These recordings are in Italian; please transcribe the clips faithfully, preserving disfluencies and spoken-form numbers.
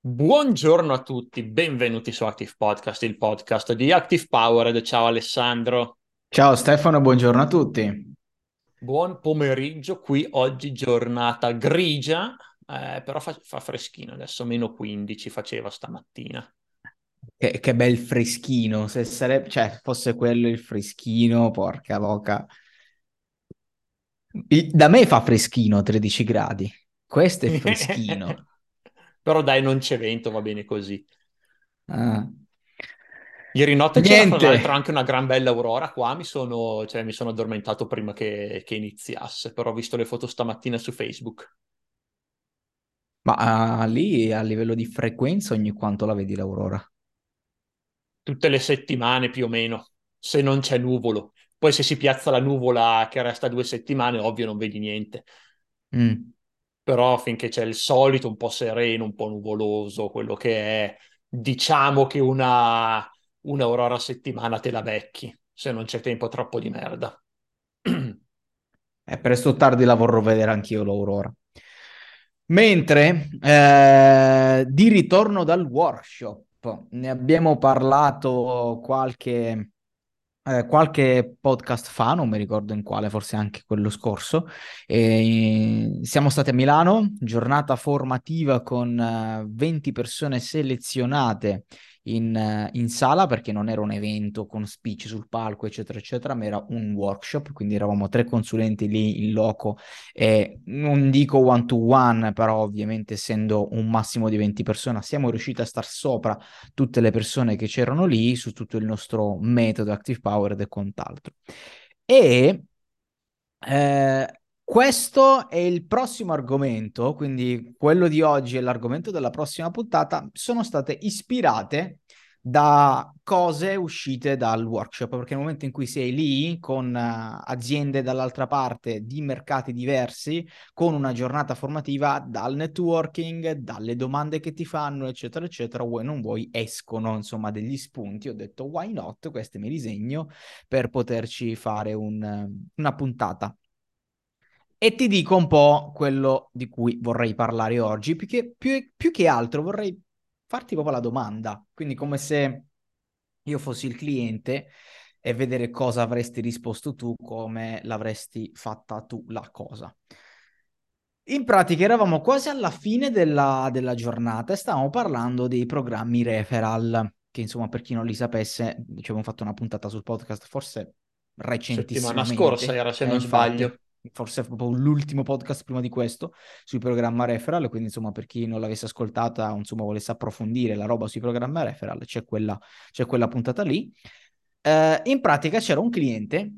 Buongiorno a tutti, benvenuti su Active Podcast, il podcast di Active Powered. Ciao Alessandro, Ciao Stefano, buongiorno a tutti. buon pomeriggio. Qui oggi giornata grigia, eh, però fa, fa freschino adesso, meno quindici faceva stamattina. Che, che bel freschino, se sarebbe, cioè, fosse quello il freschino, porca loca. Il- da me fa freschino tredici gradi, questo è freschino. Però dai, non c'è vento, va bene così. Ah. Ieri notte c'era fra Niente, l'altro anche una gran bella aurora qua, mi sono, cioè, mi sono addormentato prima che, che iniziasse, però ho visto le foto stamattina su Facebook. ma ah, lì a livello di frequenza ogni quanto la vedi l'aurora? Tutte le settimane più o meno, se non c'è nuvolo. Poi se si piazza la nuvola che resta due settimane, ovvio non vedi niente. Mm. Però finché c'è il solito, un po' sereno, un po' nuvoloso, quello che è, diciamo che una, un'aurora a settimana te la becchi, se non c'è tempo troppo di merda. È presto o tardi la vorrò vedere anch'io l'aurora. Mentre eh, di ritorno dal workshop, ne abbiamo parlato qualche eh, qualche podcast fa, non mi ricordo in quale, forse anche quello scorso. E siamo stati a Milano, giornata formativa con eh, venti persone selezionate in, eh, in sala perché non era un evento con speech sul palco, eccetera, eccetera, ma era un workshop, quindi eravamo tre consulenti lì in loco e non dico one to one, però ovviamente essendo un massimo di venti persone siamo riusciti a star sopra tutte le persone che c'erano lì su tutto il nostro metodo Active Powered e quant'altro. E eh, questo è il prossimo argomento, quindi quello di oggi e l'argomento della prossima puntata sono state ispirate da cose uscite dal workshop, perché nel momento in cui sei lì con uh, aziende dall'altra parte di mercati diversi, con una giornata formativa dal networking, dalle domande che ti fanno, eccetera, eccetera, vuoi non vuoi, escono insomma degli spunti. Ho detto why not, queste mi disegno per poterci fare un, una puntata. E ti dico un po' quello di cui vorrei parlare oggi, perché più, più che altro vorrei farti proprio la domanda, quindi come se io fossi il cliente e vedere cosa avresti risposto tu, come l'avresti fatta tu la cosa. In pratica eravamo quasi alla fine della, della giornata e stavamo parlando dei programmi referral, che insomma per chi non li sapesse, ci abbiamo fatto una puntata sul podcast, forse Settimana scorsa recentissimamente, era, se eh, non infatti, sbaglio. forse proprio l'ultimo podcast prima di questo sui programma referral, quindi insomma per chi non l'avesse ascoltata o insomma volesse approfondire la roba sui programmi referral, c'è quella, c'è quella puntata lì. Eh, in pratica c'era un cliente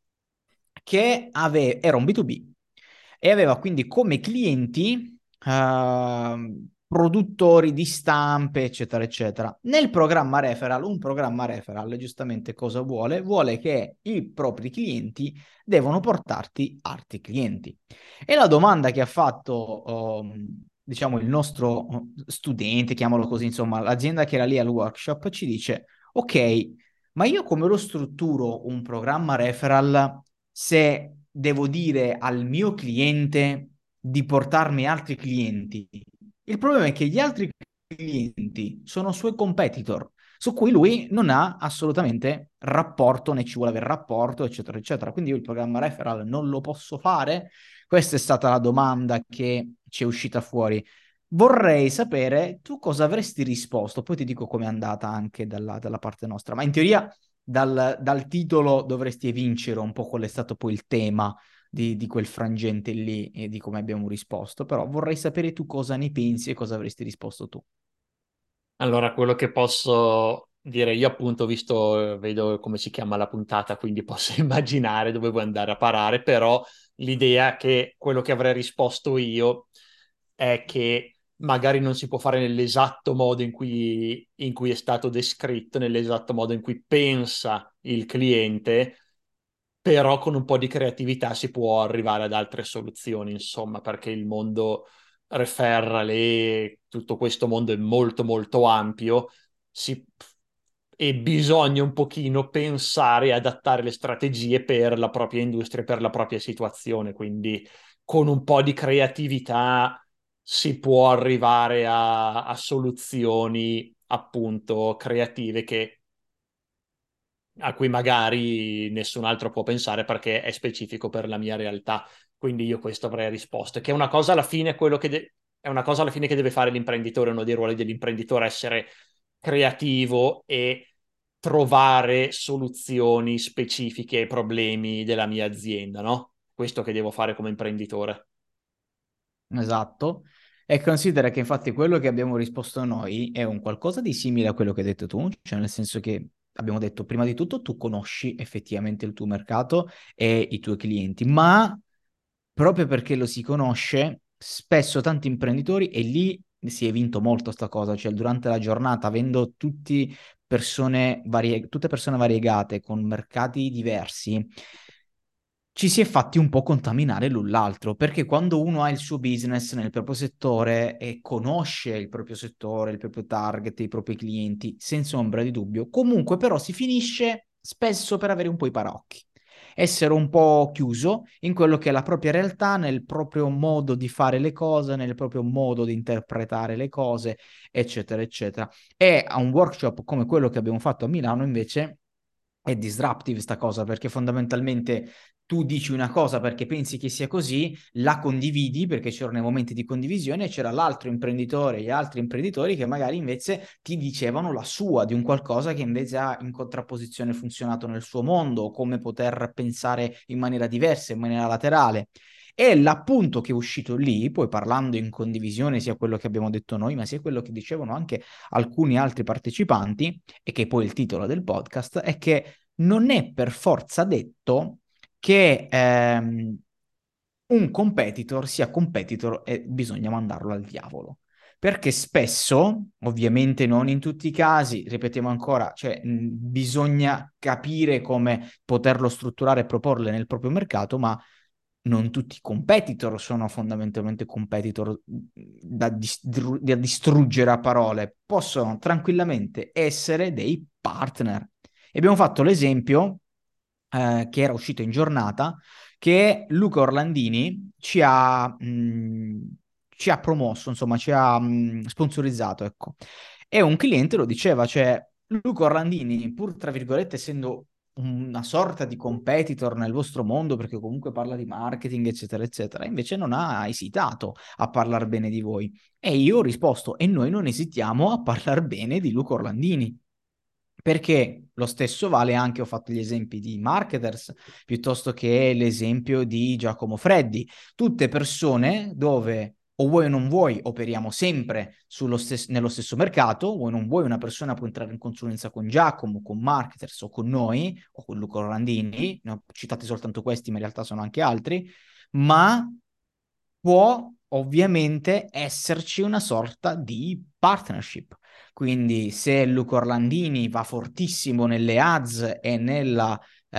che ave- era un B due B e aveva quindi come clienti ehm, produttori di stampe, eccetera, eccetera. Nel programma referral, un programma referral, giustamente cosa vuole? Vuole che i propri clienti devono portarti altri clienti. E la domanda che ha fatto, ehm, diciamo, il nostro studente, chiamalo così, insomma, l'azienda che era lì al workshop, ci dice, ok, ma io come lo strutturo un programma referral se devo dire al mio cliente di portarmi altri clienti? Il problema è che gli altri clienti sono suoi competitor, su cui lui non ha assolutamente rapporto, né ci vuole avere rapporto, eccetera, eccetera. Quindi io il programma referral non lo posso fare? Questa è stata la domanda che ci è uscita fuori. Vorrei sapere tu cosa avresti risposto, poi ti dico com'è andata anche dalla, dalla parte nostra, ma in teoria dal, dal titolo dovresti evincere un po' qual è stato poi il tema di, di quel frangente lì e di come abbiamo risposto, però vorrei sapere tu cosa ne pensi e cosa avresti risposto tu. Allora, quello che posso dire, io appunto ho visto, eh, vedo come si chiama la puntata, quindi posso immaginare dove vuoi andare a parare, però l'idea che quello che avrei risposto io è che magari non si può fare nell'esatto modo in cui, in cui è stato descritto, nell'esatto modo in cui pensa il cliente, però con un po' di creatività si può arrivare ad altre soluzioni, insomma, perché il mondo referral e tutto questo mondo è molto molto ampio si- e bisogna un pochino pensare e adattare le strategie per la propria industria, per la propria situazione, quindi con un po' di creatività si può arrivare a, a soluzioni appunto creative che a cui magari nessun altro può pensare perché è specifico per la mia realtà. Quindi io questo avrei risposto, che è una cosa alla fine quello che de- è una cosa alla fine che deve fare l'imprenditore, uno dei ruoli dell'imprenditore, essere creativo e trovare soluzioni specifiche ai problemi della mia azienda, no? Questo che devo fare come imprenditore. Esatto. E considera che infatti quello che abbiamo risposto noi è un qualcosa di simile a quello che hai detto tu, cioè nel senso che abbiamo detto prima di tutto tu conosci effettivamente il tuo mercato e i tuoi clienti, ma proprio perché lo si conosce, spesso tanti imprenditori, e lì si è vinto molto sta cosa, cioè durante la giornata, avendo tutti persone varie- tutte persone variegate con mercati diversi, ci si è fatti un po' contaminare l'un l'altro, perché quando uno ha il suo business nel proprio settore e conosce il proprio settore, il proprio target, i propri clienti, senza ombra di dubbio, comunque però si finisce spesso per avere un po' i paraocchi, essere un po' chiuso in quello che è la propria realtà, nel proprio modo di fare le cose, nel proprio modo di interpretare le cose, eccetera, eccetera. E a un workshop come quello che abbiamo fatto a Milano, invece, è disruptive sta cosa, perché fondamentalmente tu dici una cosa perché pensi che sia così, la condividi perché c'erano i momenti di condivisione e c'era l'altro imprenditore e altri imprenditori che magari invece ti dicevano la sua di un qualcosa che invece ha in contrapposizione funzionato nel suo mondo, come poter pensare in maniera diversa, in maniera laterale. E l'appunto che è uscito lì, poi parlando in condivisione sia quello che abbiamo detto noi, ma sia quello che dicevano anche alcuni altri partecipanti, e che è poi il titolo del podcast, è che non è per forza detto che ehm, un competitor sia competitor e bisogna mandarlo al diavolo. Perché spesso, ovviamente non in tutti i casi, ripetiamo ancora, cioè mh, bisogna capire come poterlo strutturare e proporle nel proprio mercato, ma non tutti i competitor sono fondamentalmente competitor da, distru- da distruggere a parole, possono tranquillamente essere dei partner. E abbiamo fatto l'esempio eh, che era uscito in giornata, che Luca Orlandini ci ha, mh, ci ha promosso, insomma, ci ha mh, sponsorizzato, ecco. E un cliente lo diceva, cioè Luca Orlandini, pur tra virgolette essendo una sorta di competitor nel vostro mondo, perché comunque parla di marketing, eccetera, eccetera, invece non ha esitato a parlare bene di voi. E io ho risposto, e noi non esitiamo a parlare bene di Luca Orlandini. Perché lo stesso vale anche, ho fatto gli esempi di marketers, piuttosto che l'esempio di Giacomo Freddi. Tutte persone dove o vuoi o non vuoi operiamo sempre sullo stes- nello stesso mercato, vuoi o non vuoi una persona può entrare in consulenza con Giacomo, con marketers o con noi, o con Luca Orlandini, ne ho citati soltanto questi, ma in realtà sono anche altri, ma può ovviamente esserci una sorta di partnership. Quindi se Luca Orlandini va fortissimo nelle ads e, nella,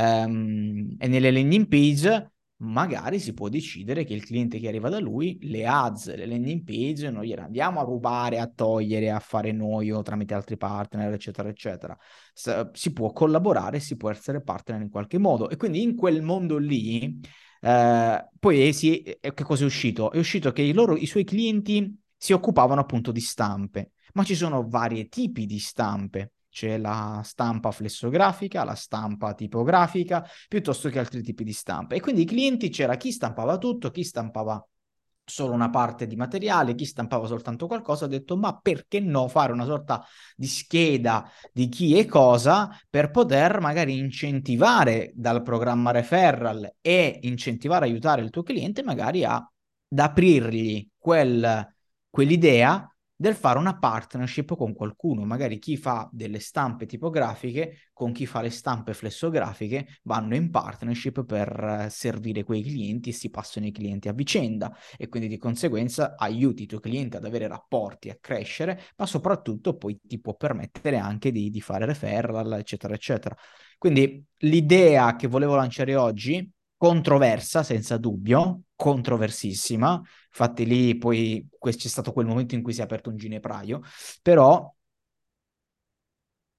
ehm, e nelle landing page, magari si può decidere che il cliente che arriva da lui, le ads, le landing page, noi gliele andiamo a rubare, a togliere, a fare noi o tramite altri partner, eccetera, eccetera. S- si può collaborare, si può essere partner in qualche modo. E quindi in quel mondo lì eh, poi si, eh, che cosa è uscito? È uscito che i, loro, i suoi clienti si occupavano appunto di stampe, ma ci sono vari tipi di stampe. C'è la stampa flessografica, la stampa tipografica, piuttosto che altri tipi di stampe. E quindi i clienti c'era chi stampava tutto, chi stampava solo una parte di materiale, chi stampava soltanto qualcosa, ha detto ma perché no fare una sorta di scheda di chi e cosa per poter magari incentivare dal programma referral e incentivare, aiutare il tuo cliente magari a, ad aprirgli quel, quell'idea del fare una partnership con qualcuno, magari chi fa delle stampe tipografiche con chi fa le stampe flessografiche vanno in partnership per eh, servire quei clienti e si passano i clienti a vicenda e quindi di conseguenza aiuti i tuoi clienti ad avere rapporti, a crescere, ma soprattutto poi ti può permettere anche di, di fare referral, eccetera, eccetera. Quindi l'idea che volevo lanciare oggi, controversa senza dubbio, controversissima, infatti lì poi c'è stato quel momento in cui si è aperto un ginepraio, però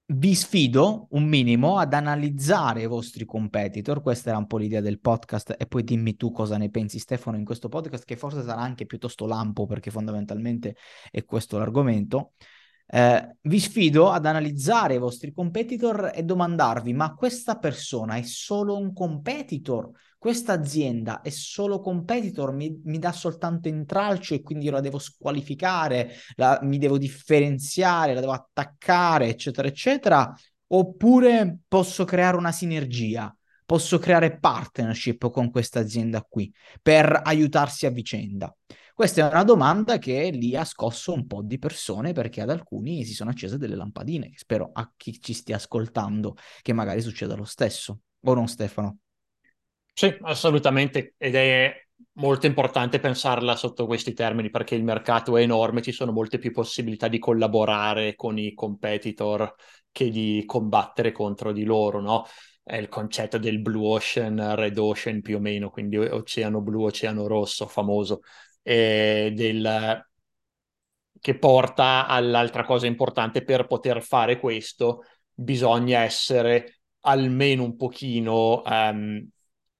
Vi sfido un minimo ad analizzare i vostri competitor, questa era un po' l'idea del podcast e poi dimmi tu cosa ne pensi Stefano in questo podcast che forse sarà anche piuttosto lampo perché fondamentalmente è questo l'argomento. Eh, vi sfido ad analizzare i vostri competitor e domandarvi ma questa persona è solo un competitor? Questa azienda è solo competitor? Mi, mi dà soltanto intralcio e quindi io la devo squalificare? La, mi devo differenziare, la devo attaccare, eccetera, eccetera, oppure posso creare una sinergia, posso creare partnership con questa azienda qui per aiutarsi a vicenda. Questa è una domanda che lì ha scosso un po' di persone perché ad alcuni si sono accese delle lampadine. Spero a chi ci stia ascoltando che magari succeda lo stesso. O no, Stefano? Sì, assolutamente, ed è molto importante pensarla sotto questi termini perché il mercato è enorme, ci sono molte più possibilità di collaborare con i competitor che di combattere contro di loro, no? È il concetto del blue ocean, red ocean più o meno, quindi oceano blu, oceano rosso, famoso, e del, che porta all'altra cosa importante: per poter fare questo bisogna essere almeno un pochino ehm,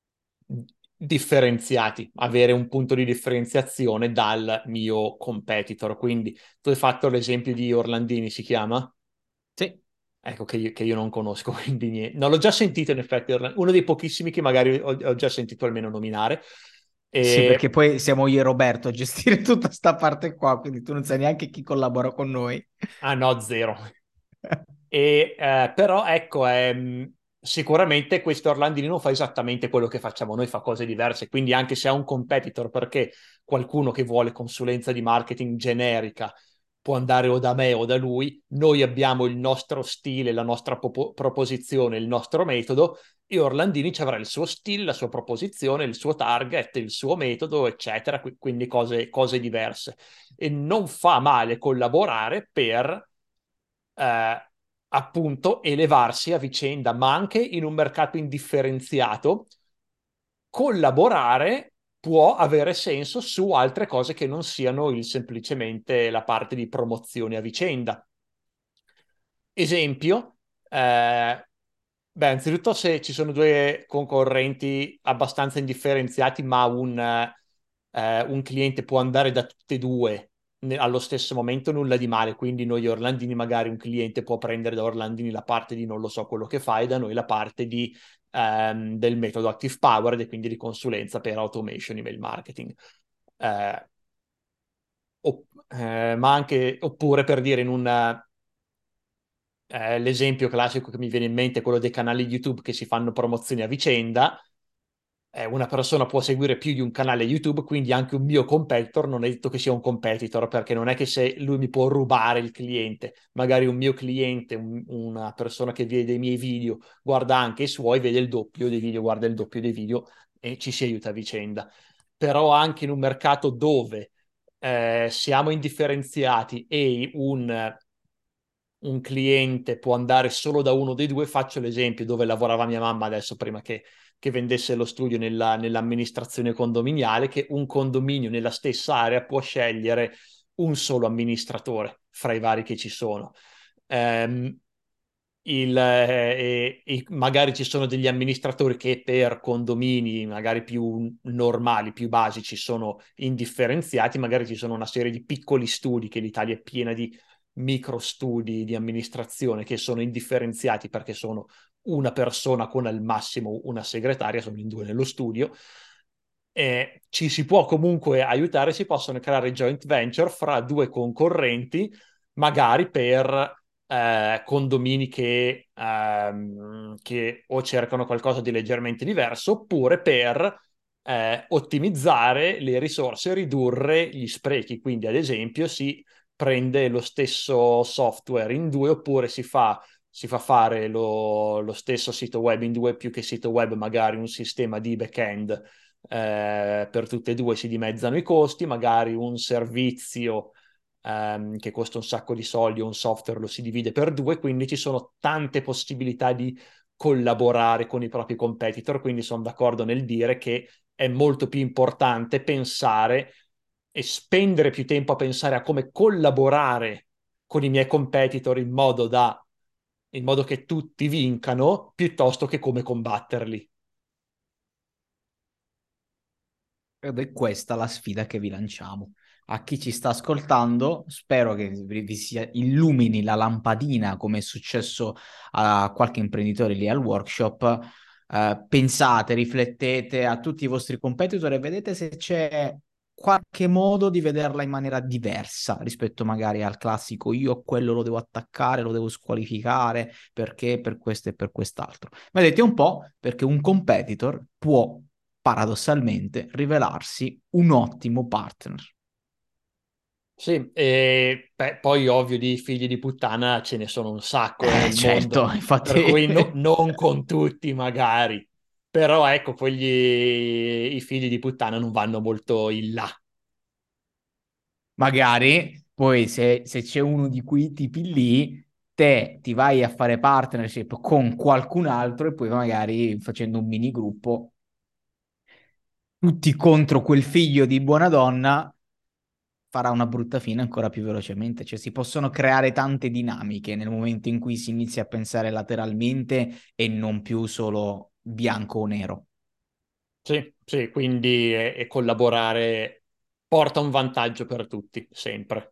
differenziati, avere un punto di differenziazione dal mio competitor. Quindi tu hai fatto l'esempio di Orlandini, si chiama? Sì. Ecco, che io, che io non conosco, quindi niente. No, l'ho già sentito in effetti, Orla- uno dei pochissimi che magari ho, ho già sentito almeno nominare. Sì, perché E... poi siamo io e Roberto a gestire tutta sta parte qua, quindi tu non sai neanche chi collabora con noi. Ah no, zero. E, eh, però ecco, ehm, sicuramente questo Orlandini non fa esattamente quello che facciamo noi, fa cose diverse, quindi anche se ha un competitor, perché qualcuno che vuole consulenza di marketing generica può andare o da me o da lui, noi abbiamo il nostro stile, la nostra popo- proposizione, il nostro metodo, e Orlandini ci avrà il suo stile, la sua proposizione, il suo target, il suo metodo, eccetera, Qui- quindi cose, cose diverse. E non fa male collaborare per eh, appunto elevarsi a vicenda, ma anche in un mercato indifferenziato, collaborare può avere senso su altre cose che non siano il, semplicemente la parte di promozione a vicenda. Esempio, eh, beh, anzitutto se ci sono due concorrenti abbastanza indifferenziati, ma un, eh, un cliente può andare da tutte e due ne- allo stesso momento, nulla di male. Quindi noi Orlandini, magari un cliente può prendere da Orlandini la parte di non lo so quello che fa e da noi la parte di, ehm, del metodo Active Powered e quindi di consulenza per automation, email marketing. Eh, opp- eh, ma anche, oppure per dire in un eh, l'esempio classico che mi viene in mente è quello dei canali YouTube che si fanno promozioni a vicenda. Eh, una persona può seguire più di un canale YouTube, quindi anche un mio competitor non è detto che sia un competitor, perché non è che se lui mi può rubare il cliente, magari un mio cliente, un- una persona che vede i miei video, guarda anche i suoi, vede il doppio dei video, guarda il doppio dei video e ci si aiuta a vicenda. Però anche in un mercato dove eh, siamo indifferenziati e un un cliente può andare solo da uno dei due, faccio l'esempio dove lavorava mia mamma adesso prima che, che vendesse lo studio nella, nell'amministrazione condominiale, che un condominio nella stessa area può scegliere un solo amministratore fra i vari che ci sono. Ehm, il, eh, e, e magari ci sono degli amministratori che per condomini magari più normali, più basici, sono indifferenziati, magari ci sono una serie di piccoli studi, che l'Italia è piena di micro studi di amministrazione che sono indifferenziati perché sono una persona con al massimo una segretaria, sono in due nello studio. E ci si può comunque aiutare, si possono creare joint venture fra due concorrenti, magari per eh, condomini che, ehm, che o cercano qualcosa di leggermente diverso, oppure per eh, ottimizzare le risorse e ridurre gli sprechi. Quindi, ad esempio, si prende lo stesso software in due, oppure si fa, si fa fare lo, lo stesso sito web in due, più che sito web, magari un sistema di back-end eh, per tutte e due, si dimezzano i costi, magari un servizio ehm, che costa un sacco di soldi o un software lo si divide per due, quindi ci sono tante possibilità di collaborare con i propri competitor, quindi sono d'accordo nel dire che è molto più importante pensare e spendere più tempo a pensare a come collaborare con i miei competitor in modo da in modo che tutti vincano, piuttosto che come combatterli. Ed è questa la sfida che vi lanciamo. A chi ci sta ascoltando, spero che vi vi si illumini la lampadina, come è successo a qualche imprenditore lì al workshop. Eh, pensate, riflettete a tutti i vostri competitor e vedete se c'è qualche modo di vederla in maniera diversa rispetto magari al classico io quello lo devo attaccare, lo devo squalificare perché per questo e per quest'altro. Vedete un po' perché un competitor può paradossalmente rivelarsi un ottimo partner. Sì, e beh, poi ovvio di figli di puttana ce ne sono un sacco eh, Eh, nel mondo, certo, per infatti cui no- non con tutti magari, però ecco, quelli, i figli di puttana non vanno molto in là. magari poi se, se c'è uno di quei tipi lì, te ti vai a fare partnership con qualcun altro e poi magari facendo un mini gruppo, tutti contro quel figlio di buona donna, farà una brutta fine ancora più velocemente. Cioè si possono creare tante dinamiche nel momento in cui si inizia a pensare lateralmente e non più solo bianco o nero. Sì, sì, quindi e, e collaborare porta un vantaggio per tutti, sempre.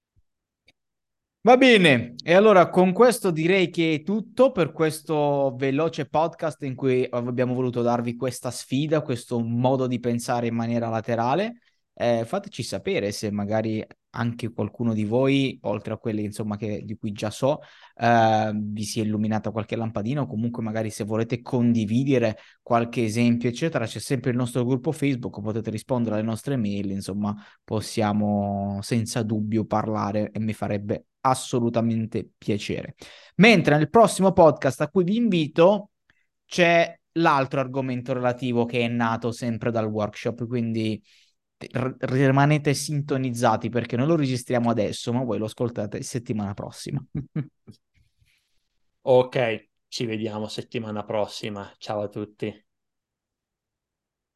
Va bene, e allora con questo direi che è tutto per questo veloce podcast in cui abbiamo voluto darvi questa sfida, questo modo di pensare in maniera laterale. Eh, fateci sapere se magari anche qualcuno di voi, oltre a quelli insomma che, di cui già so, eh, vi si è illuminata qualche lampadina o comunque magari se volete condividere qualche esempio, eccetera. C'è sempre il nostro gruppo Facebook, potete rispondere alle nostre mail, insomma possiamo senza dubbio parlare e mi farebbe assolutamente piacere. Mentre nel prossimo podcast a cui vi invito c'è l'altro argomento relativo che è nato sempre dal workshop, quindi r- rimanete sintonizzati perché noi lo registriamo adesso, ma voi lo ascoltate settimana prossima. Ok, ci vediamo settimana prossima. Ciao a tutti.